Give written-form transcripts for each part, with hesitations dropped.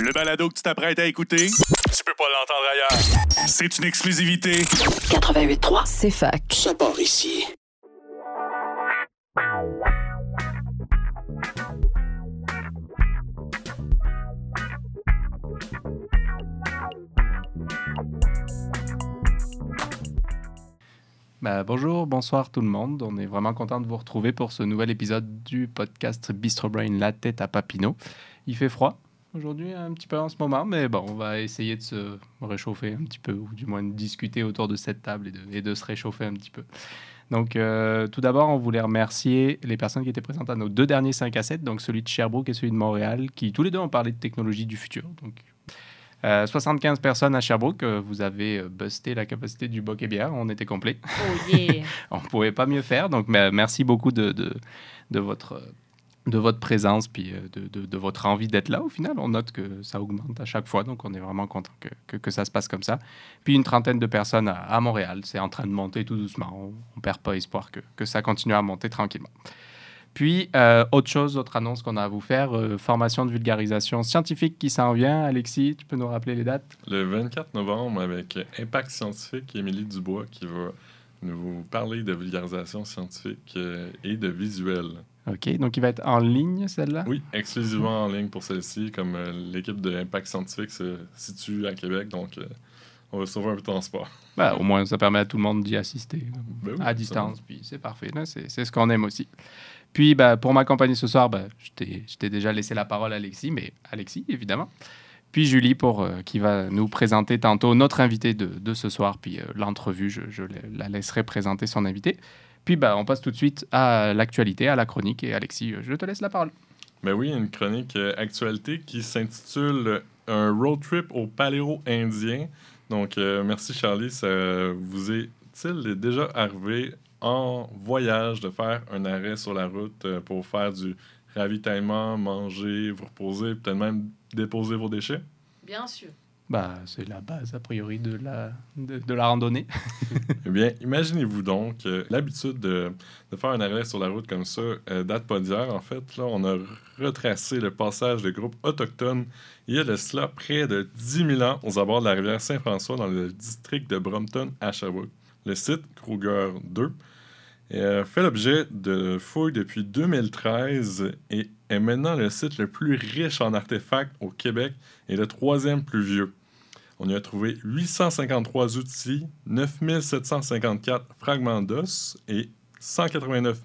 Le balado que tu t'apprêtes à écouter, tu peux pas l'entendre ailleurs. C'est une exclusivité. 88.3, c'est fac. Ça part ici. Bonjour, bonsoir tout le monde. On est vraiment content de vous retrouver pour ce nouvel épisode du podcast Bistro Brain, la tête à Papineau. Il fait froid aujourd'hui un petit peu en ce moment, mais bon, on va essayer de se réchauffer un petit peu, ou du moins de discuter autour de cette table et de se réchauffer un petit peu. Donc, tout d'abord, on voulait remercier les personnes qui étaient présentes à nos deux derniers 5 à 7, donc celui de Sherbrooke et celui de Montréal, qui tous les deux ont parlé de technologie du futur. Donc, 75 personnes à Sherbrooke, vous avez busté la capacité du Boc et Bière, on était complet. Oh yeah! On ne pouvait pas mieux faire, donc merci beaucoup de votre présence puis de votre envie d'être là. Au final, on note que ça augmente à chaque fois, donc on est vraiment content que ça se passe comme ça. Puis une trentaine de personnes à Montréal, c'est en train de monter tout doucement. On ne perd pas espoir que ça continue à monter tranquillement. Puis, autre annonce qu'on a à vous faire, formation de vulgarisation scientifique qui s'en vient. Alexis, tu peux nous rappeler les dates? Le 24 novembre, avec Impact Scientifique, Émilie Dubois qui va nous parler de vulgarisation scientifique et de visuel. OK, donc il va être en ligne, celle-là? Oui, exclusivement en ligne pour celle-ci, comme l'équipe de Impact Scientifique se situe à Québec, donc on va sauver un peu de transport. Au moins, ça permet à tout le monde d'y assister à distance, puis c'est parfait. Là, c'est ce qu'on aime aussi. Puis, pour m'accompagner ce soir, je t'ai déjà laissé la parole, Alexis, mais Alexis, évidemment. Puis Julie, qui va nous présenter tantôt notre invité de ce soir, puis l'entrevue, je la laisserai présenter son invité. Puis, on passe tout de suite à l'actualité, à la chronique. Et Alexis, je te laisse la parole. Oui, une chronique actualité qui s'intitule « Un road trip au paléo-indien ». Donc, merci Charlie, ça vous est-il déjà arrivé en voyage de faire un arrêt sur la route pour faire du ravitaillement, manger, vous reposer, peut-être même déposer vos déchets? Bien sûr. C'est la base, a priori, de la randonnée. Eh bien, imaginez-vous donc l'habitude de faire un arrêt sur la route comme ça date pas d'hier. En fait, là, on a retracé le passage de groupes autochtones il y a de cela près de 10 000 ans aux abords de la rivière Saint-François dans le district de Brompton à Sherbrooke. Le site Kruger 2 fait l'objet de fouilles depuis 2013 et est maintenant le site le plus riche en artefacts au Québec et le 3e plus vieux. On y a trouvé 853 outils, 9 754 fragments d'os et 189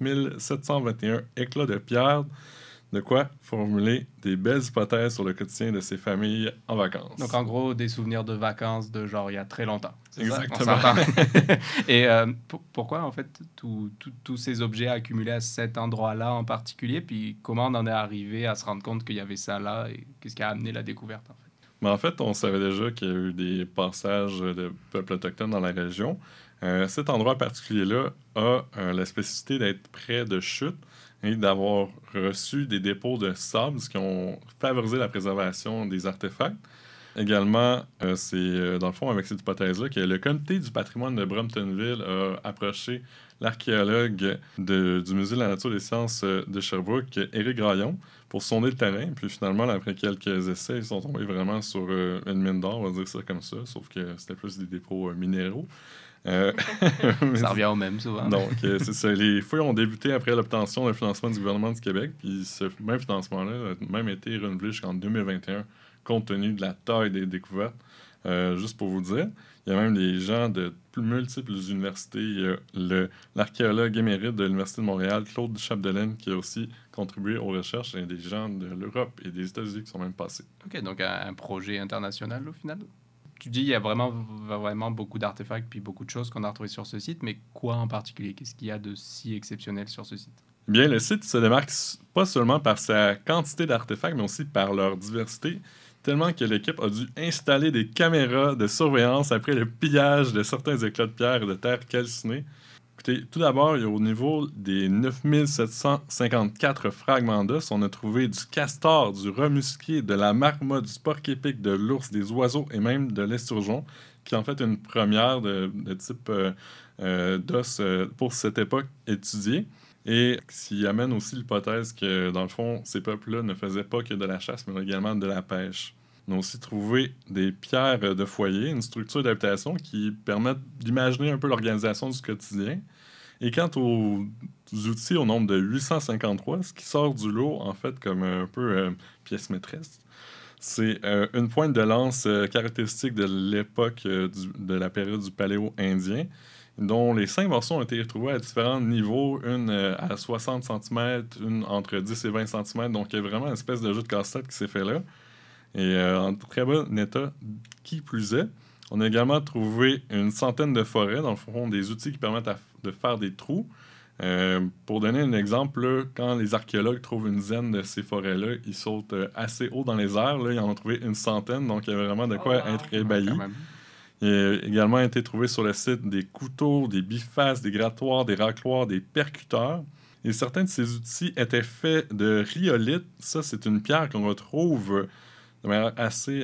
721 éclats de pierre, de quoi formuler des belles hypothèses sur le quotidien de ces familles en vacances. Donc, en gros, des souvenirs de vacances de genre il y a très longtemps. Exactement. Et pourquoi, en fait, tous ces objets accumulés à cet endroit-là en particulier? Puis comment on en est arrivé à se rendre compte qu'il y avait ça là? Et qu'est-ce qui a amené la découverte, en fait? Mais en fait, on savait déjà qu'il y a eu des passages de peuples autochtones dans la région. Cet endroit particulier-là a la spécificité d'être près de chutes et d'avoir reçu des dépôts de sable, ce qui ont favorisé la préservation des artefacts. Également, c'est dans le fond avec cette hypothèse-là que le comité du patrimoine de Bromptonville a approché l'archéologue du Musée de la nature et des sciences de Sherbrooke, Éric Graillon, pour sonder le terrain. Puis finalement, après quelques essais, ils sont tombés vraiment sur une mine d'or, on va dire ça comme ça, sauf que c'était plus des dépôts minéraux. Ça revient au même souvent. Donc, c'est ça. Les fouilles ont débuté après l'obtention d'un financement du gouvernement du Québec. Puis ce même financement-là a même été renouvelé jusqu'en 2021, compte tenu de la taille des découvertes. Juste pour vous dire, il y a même des gens de multiples universités. Il y a l'archéologue émérite de l'Université de Montréal, Claude Chapdelaine, qui a aussi contribué aux recherches. Il y a des gens de l'Europe et des États-Unis qui sont même passés. OK, donc un projet international au final? Tu dis qu'il y a vraiment beaucoup d'artefacts puis beaucoup de choses qu'on a retrouvées sur ce site, mais quoi en particulier? Qu'est-ce qu'il y a de si exceptionnel sur ce site? Bien, le site se démarque pas seulement par sa quantité d'artefacts, mais aussi par leur diversité, tellement que l'équipe a dû installer des caméras de surveillance après le pillage de certains éclats de pierre et de terre calcinés. Écoutez, tout d'abord, au niveau des 9 754 fragments d'os, on a trouvé du castor, du rat musqué, de la marmotte, du porc-épic, de l'ours, des oiseaux et même de l'esturgeon, qui est en fait une première de type d'os pour cette époque étudiée. Et ce qui amène aussi l'hypothèse que, dans le fond, ces peuples-là ne faisaient pas que de la chasse, mais également de la pêche. On a aussi trouvé des pierres de foyer, une structure d'habitation qui permettent d'imaginer un peu l'organisation du quotidien. Et quant aux outils, au nombre de 853, ce qui sort du lot, en fait, comme un peu pièce maîtresse, c'est une pointe de lance caractéristique de l'époque de la période du paléo-indien, dont les 5 morceaux ont été retrouvés à différents niveaux, une à 60 cm, une entre 10 et 20 cm. Donc, il y a vraiment une espèce de jeu de casse-tête qui s'est fait là. Et en très bon état, qui plus est. On a également trouvé une centaine de forêts, dans le fond, des outils qui permettent de faire des trous. Pour donner un exemple, là, quand les archéologues trouvent une dizaine de ces forêts-là, ils sautent assez haut dans les airs. Là, ils en ont trouvé une centaine, donc il y avait vraiment de quoi être ébahi. Il a également été trouvé sur le site des couteaux, des bifaces, des grattoirs, des racloirs, des percuteurs. Et certains de ces outils étaient faits de rhyolite. Ça, c'est une pierre qu'on retrouve de manière assez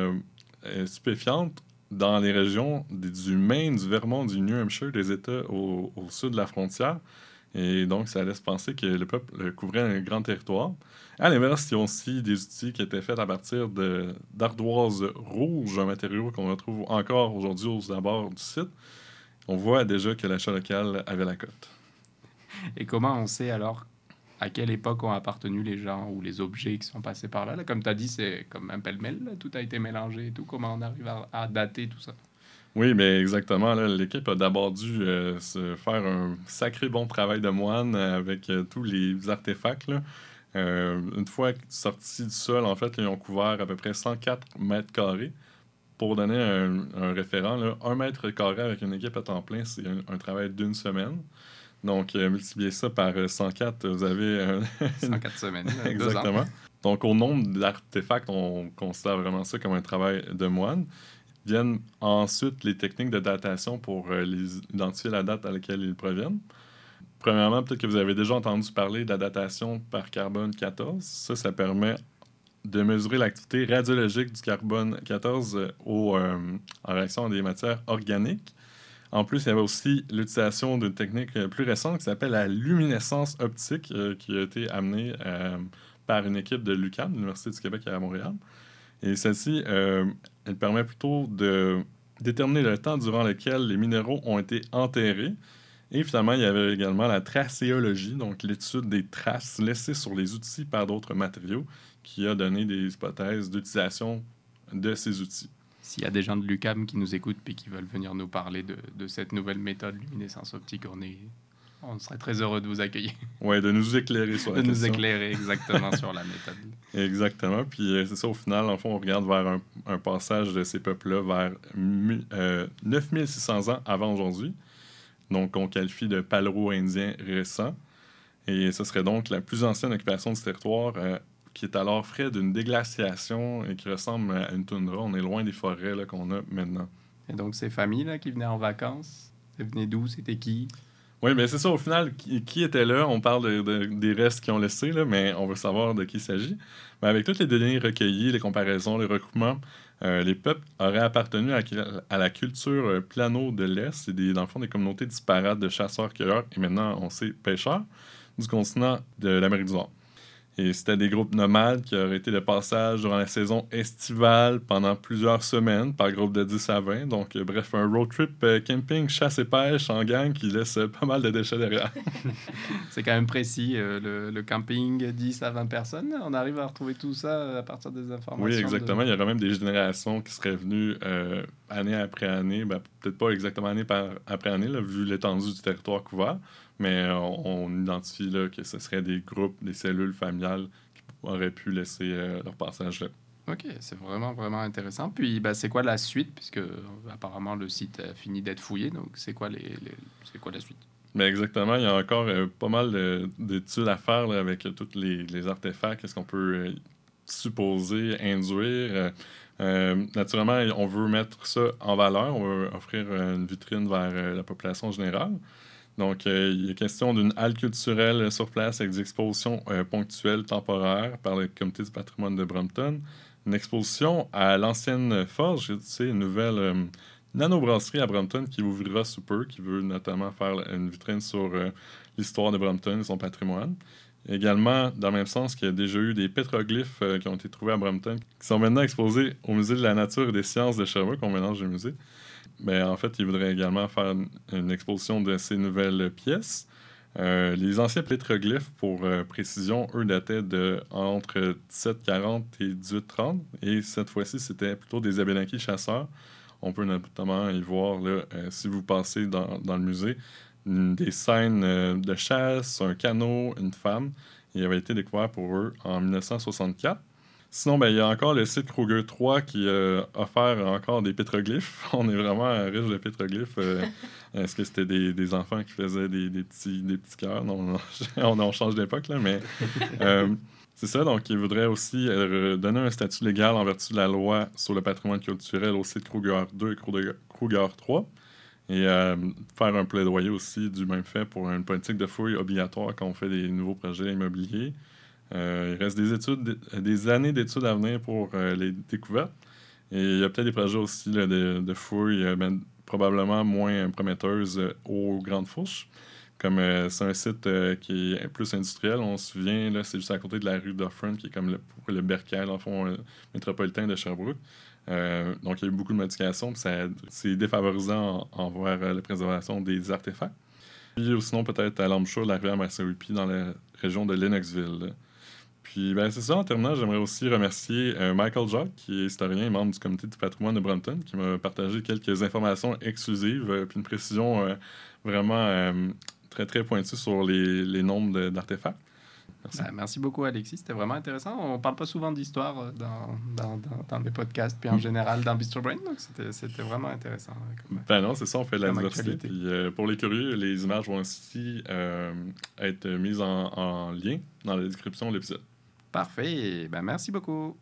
stupéfiante dans les régions du Maine, du Vermont, du New Hampshire, des États au sud de la frontière. Et donc, ça laisse penser que le peuple couvrait un grand territoire. À l'inverse, il y a aussi des outils qui étaient faits à partir d'ardoise rouge, un matériau qu'on retrouve encore aujourd'hui aux abords du site. On voit déjà que l'achat local avait la cote. Et comment on sait alors à quelle époque ont appartenu les gens ou les objets qui sont passés par là? Comme tu as dit, c'est comme un pêle-mêle, là. Tout a été mélangé et tout. Comment on arrive à dater tout ça? Oui, mais exactement. Là, l'équipe a d'abord dû se faire un sacré bon travail de moine avec tous les artefacts. Là. Une fois sortis du sol, en fait, ils ont couvert à peu près 104 mètres carrés. Pour donner un référent, là, 1 mètre carré avec une équipe à temps plein, c'est un travail d'une semaine. Donc, multipliez ça par 104, vous avez... 104 semaines, exactement. 2 ans. Donc, au nombre d'artefacts, on considère vraiment ça comme un travail de moine. Viennent ensuite les techniques de datation pour identifier la date à laquelle ils proviennent. Premièrement, peut-être que vous avez déjà entendu parler de la datation par carbone 14. Ça permet de mesurer l'activité radiologique du carbone 14 en réaction à des matières organiques. En plus, il y avait aussi l'utilisation d'une technique plus récente qui s'appelle la luminescence optique, qui a été amenée par une équipe de l'UQAM, l'Université du Québec à Montréal. Et celle-ci, elle permet plutôt de déterminer le temps durant lequel les minéraux ont été enterrés. Et finalement, il y avait également la tracéologie, donc l'étude des traces laissées sur les outils par d'autres matériaux, qui a donné des hypothèses d'utilisation de ces outils. S'il y a des gens de l'UQAM qui nous écoutent et qui veulent venir nous parler de cette nouvelle méthode luminescence optique, on serait très heureux de vous accueillir. Oui, de nous écairer sur la question. De nous éclairer exactement sur la méthode. Exactement. Puis c'est ça, au final, en fond, on regarde vers un passage de ces peuples-là vers 9600 ans avant aujourd'hui. Donc, on qualifie de paléo-indien récent. Et ce serait donc la plus ancienne occupation du territoire qui est alors frais d'une déglaciation et qui ressemble à une toundra. On est loin des forêts là, qu'on a maintenant. Et donc, ces familles là, qui venaient en vacances, elles venaient d'où? C'était qui? Oui, mais c'est ça, au final, qui était là? On parle des restes qu'ils ont laissés, là, mais on veut savoir de qui il s'agit. Mais avec toutes les données recueillies, les comparaisons, les recoupements, les peuples auraient appartenu à la culture plano de l'Est. C'est dans le fond des communautés disparates de chasseurs-cueilleurs, et maintenant, on sait, pêcheurs, du continent de l'Amérique du Nord. Et c'était des groupes nomades qui auraient été de passage durant la saison estivale pendant plusieurs semaines, par groupe de 10 à 20. Donc, bref, un road trip camping, chasse et pêche en gang qui laisse pas mal de déchets derrière. C'est quand même précis, le camping, 10 à 20 personnes. On arrive à retrouver tout ça à partir des informations. Oui, exactement. Il y aurait même des générations qui seraient venues année après année. Ben, peut-être pas exactement année après année, là, vu l'étendue du territoire couvert. Mais on identifie là, que ce serait des groupes, des cellules familiales qui auraient pu laisser leur passage là. OK, c'est vraiment, vraiment intéressant. Puis, c'est quoi la suite? Puisque, apparemment, le site a fini d'être fouillé. Donc, c'est quoi la suite? Mais exactement. Il y a encore pas mal d'études à faire là, avec tous les artefacts. Qu'est-ce qu'on peut supposer, induire? Naturellement, on veut mettre ça en valeur. On veut offrir une vitrine vers la population générale. Donc, il est question d'une halle culturelle sur place avec des expositions ponctuelles, temporaires, par le Comité du patrimoine de Brompton. Une exposition à l'ancienne forge, une nouvelle nanobrasserie à Brompton qui ouvrira sous peu, qui veut notamment faire une vitrine sur l'histoire de Brompton et son patrimoine. Également, dans le même sens qu'il y a déjà eu des pétroglyphes qui ont été trouvés à Brampton, qui sont maintenant exposés au Musée de la nature et des sciences de Sherbrooke, on mélange les musées. Mais en fait, ils voudraient également faire une exposition de ces nouvelles pièces. Les anciens pétroglyphes, pour précision, eux dataient entre 1740 et 1830. Et cette fois-ci, c'était plutôt des Abénaquis chasseurs. On peut notamment y voir, là, si vous passez dans le musée, des scènes de chasse, un canot, une femme. Il avait été découvert pour eux en 1964. Sinon, il y a encore le site Kruger 3 qui a offert encore des pétroglyphes. On est vraiment riche de pétroglyphes. Est-ce que c'était des enfants qui faisaient des petits cœurs? Non, on change d'époque, là, mais c'est ça. Donc, ils voudraient aussi donner un statut légal en vertu de la loi sur le patrimoine culturel au site Kruger 2 et Kruger 3. Et faire un plaidoyer aussi du même fait pour une politique de fouille obligatoire quand on fait des nouveaux projets immobiliers. Il reste des années d'études à venir pour les découvertes. Et il y a peut-être des projets aussi là, de fouilles, probablement moins prometteuses aux Grandes Fourches. Comme c'est un site qui est plus industriel, on se souvient, là, c'est juste à côté de la rue Dufferin, qui est comme le Bercail, en fond, métropolitain de Sherbrooke. Donc, il y a eu beaucoup de modifications, puis c'est défavorisant envers la préservation des artefacts. Puis, sinon, peut-être à l'embouchure de la rivière Massawippi, dans la région de Lennoxville. Là. Puis, c'est ça. En terminant, j'aimerais aussi remercier Michael Jacques, qui est historien et membre du comité du patrimoine de Brampton, qui m'a partagé quelques informations exclusives, puis une précision vraiment très, très pointue sur les nombres d'artefacts. Merci. Merci beaucoup, Alexis. C'était vraiment intéressant. On parle pas souvent d'histoire dans des podcasts, puis en général dans Bistro Brain, donc c'était vraiment intéressant. Non, c'est ça, on fait de la diversité. Puis, pour les curieux, les images vont aussi être mises en lien dans la description de l'épisode. Parfait. Merci beaucoup.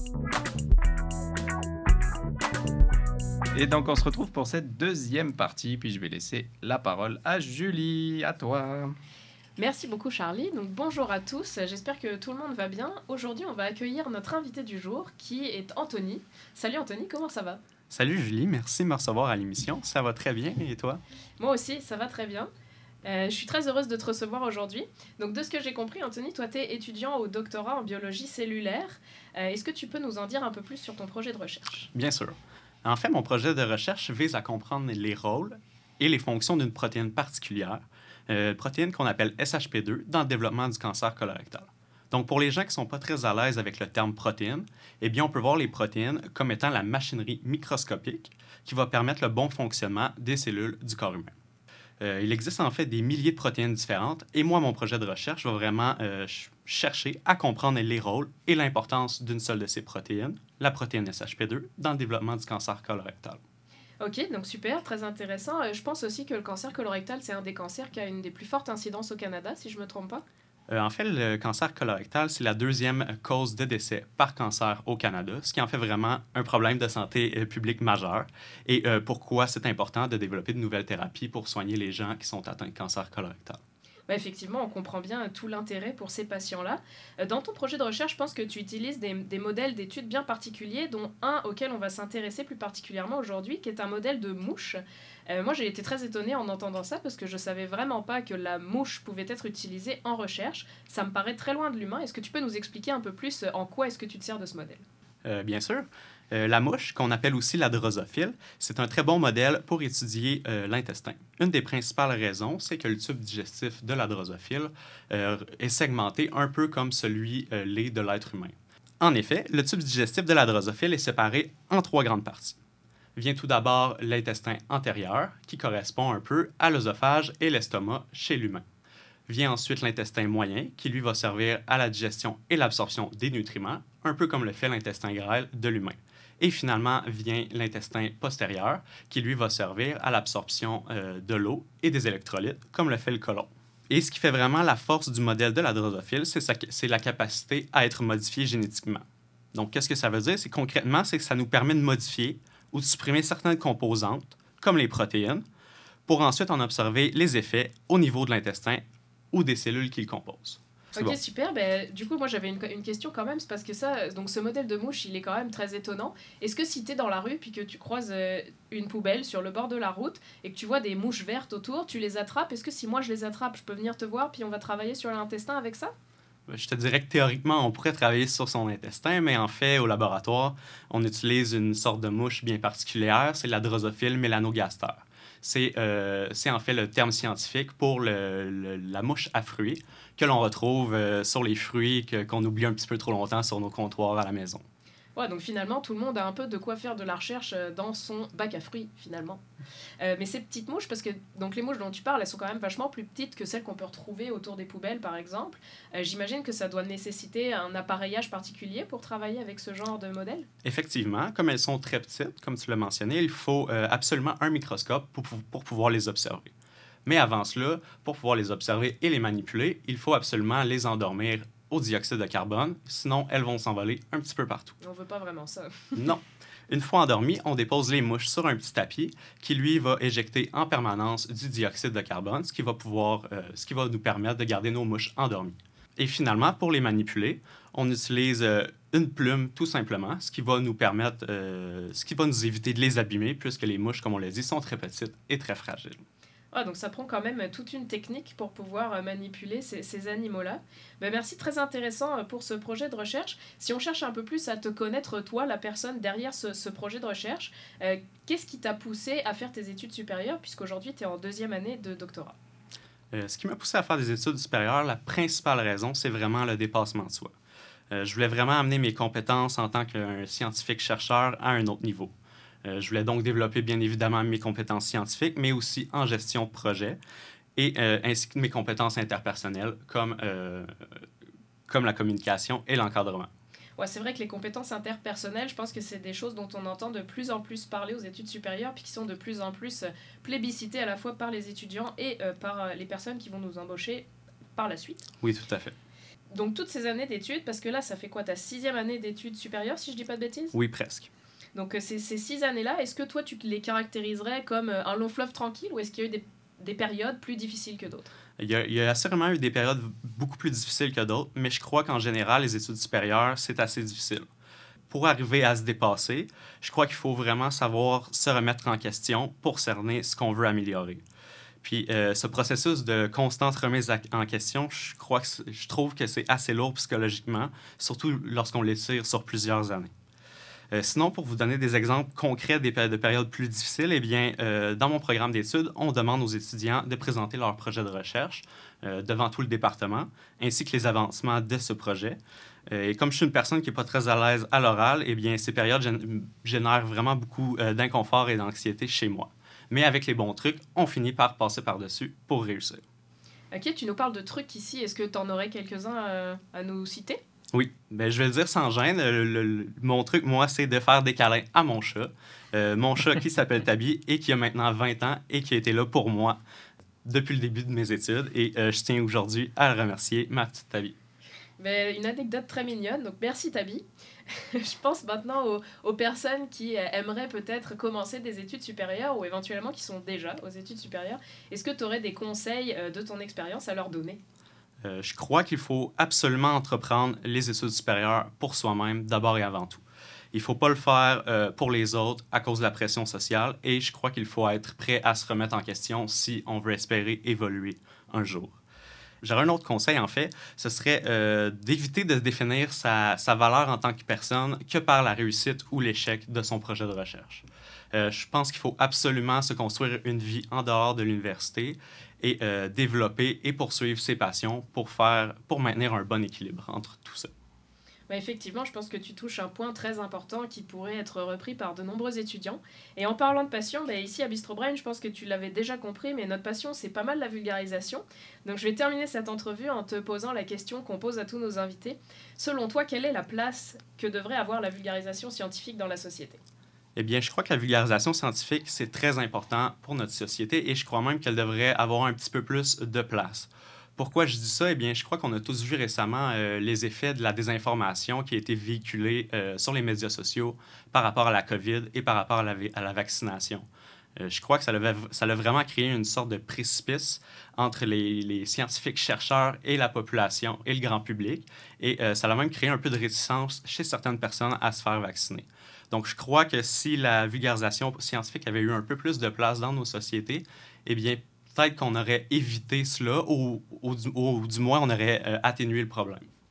Et donc, on se retrouve pour cette deuxième partie, puis je vais laisser la parole à Julie. À toi. Merci beaucoup Charlie. Donc bonjour à tous, j'espère que tout le monde va bien. Aujourd'hui on va accueillir notre invité du jour qui est Anthony. Salut Anthony, comment ça va? Salut Julie, merci de me recevoir à l'émission. Ça va très bien et toi? Moi aussi, ça va très bien. Je suis très heureuse de te recevoir aujourd'hui. Donc de ce que j'ai compris Anthony, toi tu es étudiant au doctorat en biologie cellulaire. Est-ce que tu peux nous en dire un peu plus sur ton projet de recherche? Bien sûr. En fait, mon projet de recherche vise à comprendre les rôles et les fonctions d'une protéine particulière, protéine qu'on appelle SHP2, dans le développement du cancer colorectal. Donc, pour les gens qui ne sont pas très à l'aise avec le terme protéine, eh bien, on peut voir les protéines comme étant la machinerie microscopique qui va permettre le bon fonctionnement des cellules du corps humain. Il existe en fait des milliers de protéines différentes et moi, mon projet de recherche va vraiment chercher à comprendre les rôles et l'importance d'une seule de ces protéines, la protéine SHP2, dans le développement du cancer colorectal. Ok, donc super, très intéressant. Je pense aussi que le cancer colorectal, c'est un des cancers qui a une des plus fortes incidences au Canada, si je ne me trompe pas. En fait, le cancer colorectal, c'est la deuxième cause de décès par cancer au Canada, ce qui en fait vraiment un problème de santé publique majeur. Et pourquoi c'est important de développer de nouvelles thérapies pour soigner les gens qui sont atteints de cancer colorectal. Effectivement, on comprend bien tout l'intérêt pour ces patients-là. Dans ton projet de recherche, je pense que tu utilises des modèles d'études bien particuliers, dont un auquel on va s'intéresser plus particulièrement aujourd'hui, qui est un modèle de mouche. Moi, j'ai été très étonnée en entendant ça, parce que je ne savais vraiment pas que la mouche pouvait être utilisée en recherche. Ça me paraît très loin de l'humain. Est-ce que tu peux nous expliquer un peu plus en quoi est-ce que tu te sers de ce modèle? Bien sûr. La mouche, qu'on appelle aussi la drosophile, c'est un très bon modèle pour étudier l'intestin. Une des principales raisons, c'est que le tube digestif de la drosophile est segmenté un peu comme celui l'est de l'être humain. En effet, le tube digestif de la drosophile est séparé en 3 grandes parties. Vient tout d'abord l'intestin antérieur, qui correspond un peu à l'œsophage et l'estomac chez l'humain. Vient ensuite l'intestin moyen, qui lui va servir à la digestion et l'absorption des nutriments, un peu comme le fait l'intestin grêle de l'humain. Et finalement vient l'intestin postérieur, qui lui va servir à l'absorption de l'eau et des électrolytes, comme le fait le côlon. Et ce qui fait vraiment la force du modèle de la drosophile, c'est la capacité à être modifié génétiquement. Donc, qu'est-ce que ça veut dire? Concrètement, c'est que ça nous permet de modifier ou de supprimer certaines composantes, comme les protéines, pour ensuite en observer les effets au niveau de l'intestin ou des cellules qui le composent. Ok, bon. Super. Du coup, moi, j'avais une question quand même. C'est parce que donc ce modèle de mouche, il est quand même très étonnant. Est-ce que si tu es dans la rue puis que tu croises une poubelle sur le bord de la route et que tu vois des mouches vertes autour, tu les attrapes? Est-ce que si moi, je les attrape, je peux venir te voir puis on va travailler sur l'intestin avec ça? Je te dirais que théoriquement, on pourrait travailler sur son intestin, mais en fait, au laboratoire, on utilise une sorte de mouche bien particulière, c'est la Drosophile melanogaster. C'est en fait le terme scientifique pour la mouche à fruits que l'on retrouve sur les fruits qu'on oublie un petit peu trop longtemps sur nos comptoirs à la maison. Ouais, donc finalement, tout le monde a un peu de quoi faire de la recherche dans son bac à fruits, finalement. Mais ces petites mouches, parce que donc les mouches dont tu parles, elles sont quand même vachement plus petites que celles qu'on peut retrouver autour des poubelles, par exemple. J'imagine que ça doit nécessiter un appareillage particulier pour travailler avec ce genre de modèle? Effectivement, comme elles sont très petites, comme tu l'as mentionné, il faut absolument un microscope pour pouvoir les observer. Mais avant cela, pour pouvoir les observer et les manipuler, il faut absolument les endormir au dioxyde de carbone, sinon elles vont s'envoler un petit peu partout. On veut pas vraiment ça. Non. Une fois endormies, on dépose les mouches sur un petit tapis qui, lui, va éjecter en permanence du dioxyde de carbone, ce qui va nous permettre de garder nos mouches endormies. Et finalement, pour les manipuler, on utilise une plume, tout simplement, ce qui va nous éviter de les abîmer, puisque les mouches, comme on l'a dit, sont très petites et très fragiles. Ah, donc ça prend quand même toute une technique pour pouvoir manipuler ces animaux-là. Ben merci, très intéressant pour ce projet de recherche. Si on cherche un peu plus à te connaître, toi, la personne derrière ce projet de recherche, qu'est-ce qui t'a poussé à faire tes études supérieures, puisqu'aujourd'hui tu es en 2e année de doctorat? Ce qui m'a poussé à faire des études supérieures, la principale raison, c'est vraiment le dépassement de soi. Je voulais vraiment amener mes compétences en tant qu'un scientifique-chercheur à un autre niveau. Je voulais donc développer bien évidemment mes compétences scientifiques, mais aussi en gestion de projet, ainsi que mes compétences interpersonnelles comme la communication et l'encadrement. Ouais, c'est vrai que les compétences interpersonnelles, je pense que c'est des choses dont on entend de plus en plus parler aux études supérieures, puis qui sont de plus en plus plébiscitées à la fois par les étudiants et par les personnes qui vont nous embaucher par la suite. Oui, tout à fait. Donc toutes ces années d'études, parce que là, ça fait quoi, ta 6e année d'études supérieures, si je dis pas de bêtises? Oui, presque. Donc ces 6 années-là, est-ce que toi, tu les caractériserais comme un long fleuve tranquille, ou est-ce qu'il y a eu des périodes plus difficiles que d'autres? Il y a assurément eu des périodes beaucoup plus difficiles que d'autres, mais je crois qu'en général, les études supérieures, c'est assez difficile. Pour arriver à se dépasser, je crois qu'il faut vraiment savoir se remettre en question pour cerner ce qu'on veut améliorer. Puis ce processus de constante remise en question, je trouve que c'est assez lourd psychologiquement, surtout lorsqu'on l'étire sur plusieurs années. Sinon, pour vous donner des exemples concrets de périodes plus difficiles, eh bien, dans mon programme d'études, on demande aux étudiants de présenter leur projet de recherche devant tout le département, ainsi que les avancements de ce projet. Et comme je suis une personne qui n'est pas très à l'aise à l'oral, eh bien, ces périodes génèrent vraiment beaucoup d'inconfort et d'anxiété chez moi. Mais avec les bons trucs, on finit par passer par-dessus pour réussir. Ok, tu nous parles de trucs ici. Est-ce que tu en aurais quelques-uns à nous citer? Oui, ben, je vais le dire sans gêne. Mon truc, moi, c'est de faire des câlins à mon chat. Mon chat qui s'appelle Tabi et qui a maintenant 20 ans et qui a été là pour moi depuis le début de mes études. Et je tiens aujourd'hui à le remercier, ma petite Tabi. Ben, une anecdote très mignonne, donc merci Tabi. Je pense maintenant aux personnes qui aimeraient peut-être commencer des études supérieures ou éventuellement qui sont déjà aux études supérieures. Est-ce que tu aurais des conseils de ton expérience à leur donner? Je crois qu'il faut absolument entreprendre les études supérieures pour soi-même, d'abord et avant tout. Il ne faut pas le faire pour les autres à cause de la pression sociale et je crois qu'il faut être prêt à se remettre en question si on veut espérer évoluer un jour. J'aurais un autre conseil, en fait, ce serait d'éviter de définir sa valeur en tant que personne que par la réussite ou l'échec de son projet de recherche. Je pense qu'il faut absolument se construire une vie en dehors de l'université et développer et poursuivre ses passions pour maintenir un bon équilibre entre tout ça. Ben effectivement, je pense que tu touches un point très important qui pourrait être repris par de nombreux étudiants. Et en parlant de passion, ben ici à Bistro Brain, je pense que tu l'avais déjà compris, mais notre passion, c'est pas mal la vulgarisation. Donc je vais terminer cette entrevue en te posant la question qu'on pose à tous nos invités. Selon toi, quelle est la place que devrait avoir la vulgarisation scientifique dans la société? Eh bien, je crois que la vulgarisation scientifique, c'est très important pour notre société et je crois même qu'elle devrait avoir un petit peu plus de place. Pourquoi je dis ça? Eh bien, je crois qu'on a tous vu récemment les effets de la désinformation qui a été véhiculée sur les médias sociaux par rapport à la COVID et par rapport à la vaccination. Je crois que ça a vraiment créé une sorte de précipice entre les scientifiques chercheurs et la population et le grand public. Et ça a même créé un peu de réticence chez certaines personnes à se faire vacciner. Donc, je crois que si la vulgarisation scientifique avait eu un peu plus de place dans nos sociétés, eh bien, peut-être qu'on aurait évité cela ou du moins on aurait atténué le problème.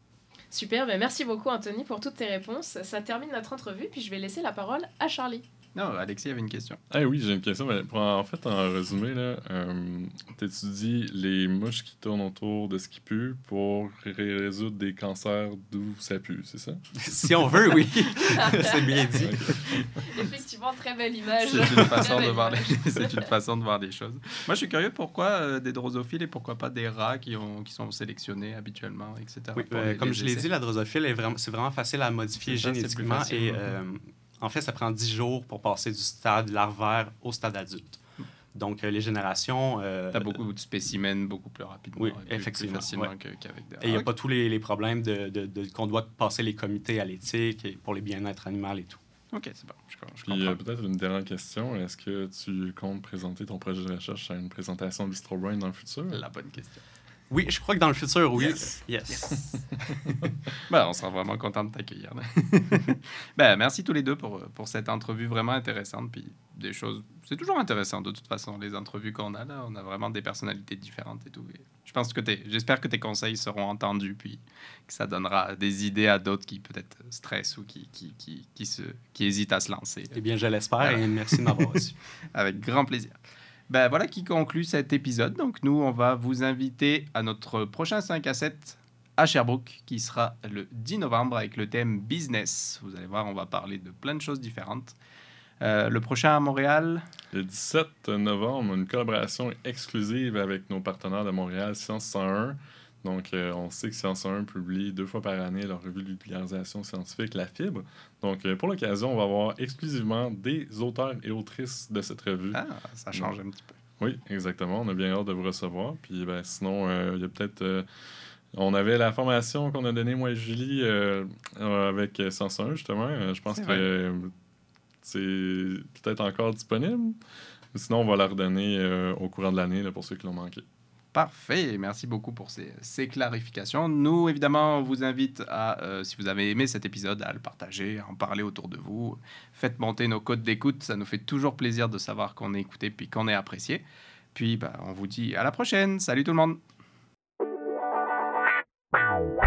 Super, merci beaucoup Anthony pour toutes tes réponses. Ça termine notre entrevue, puis je vais laisser la parole à Charlie. Non, Alexis avait une question. Ah oui, j'ai une question. Mais en résumé, là, t'étudies les mouches qui tournent autour de ce qui pue pour résoudre des cancers d'où ça pue, c'est ça? Si on veut, oui. C'est bien dit. Effectivement, très belle image. C'est une façon de voir c'est une façon de voir les choses. Moi, je suis curieux pourquoi des drosophiles et pourquoi pas des rats qui sont sélectionnés habituellement, etc. Oui, comme je l'ai dit, la drosophile, c'est vraiment facile à modifier génétiquement et en fait, ça prend 10 jours pour passer du stade larvaire au stade adulte. Donc, les générations... tu as beaucoup de spécimens beaucoup plus rapidement. Oui, effectivement. Plus facilement qu'avec des rats. Et il n'y a pas tous les problèmes qu'on doit passer les comités à l'éthique et pour les bien-être animal et tout. OK, c'est bon. Je Puis comprends. peut-être une dernière question. Est-ce que tu comptes présenter ton projet de recherche à une présentation Bistro Brain dans le futur? La bonne question. Oui, je crois que dans le futur, oui. Yes. On sera vraiment content de t'accueillir. Merci tous les deux pour cette entrevue vraiment intéressante. Puis des choses, c'est toujours intéressant de toute façon, les entrevues qu'on a là. On a vraiment des personnalités différentes et tout. Et j'espère que tes conseils seront entendus, puis que ça donnera des idées à d'autres qui peut-être stressent ou qui hésitent à se lancer. Eh bien, je l'espère et merci de m'avoir reçu. Avec grand plaisir. Voilà qui conclut cet épisode. Donc, nous, on va vous inviter à notre prochain 5 à 7 à Sherbrooke, qui sera le 10 novembre avec le thème business. Vous allez voir, on va parler de plein de choses différentes. Le prochain à Montréal. Le 17 novembre, une collaboration exclusive avec nos partenaires de Montréal, Science 101. Donc, on sait que Science 101 publie 2 fois par année leur revue de vulgarisation scientifique, La Fibre. Donc, pour l'occasion, on va avoir exclusivement des auteurs et autrices de cette revue. Ah, ça change un petit peu. Oui, exactement. On a bien hâte de vous recevoir. Puis, sinon, il y a peut-être... on avait la formation qu'on a donnée, moi et Julie, avec Science 101, justement. Je pense que c'est peut-être encore disponible. Sinon, on va la redonner au courant de l'année là, pour ceux qui l'ont manqué. Parfait, merci beaucoup pour ces clarifications. Nous, évidemment, on vous invite à, si vous avez aimé cet épisode, à le partager, à en parler autour de vous. Faites monter nos codes d'écoute, ça nous fait toujours plaisir de savoir qu'on est écouté puis qu'on est apprécié. Puis, on vous dit à la prochaine. Salut tout le monde!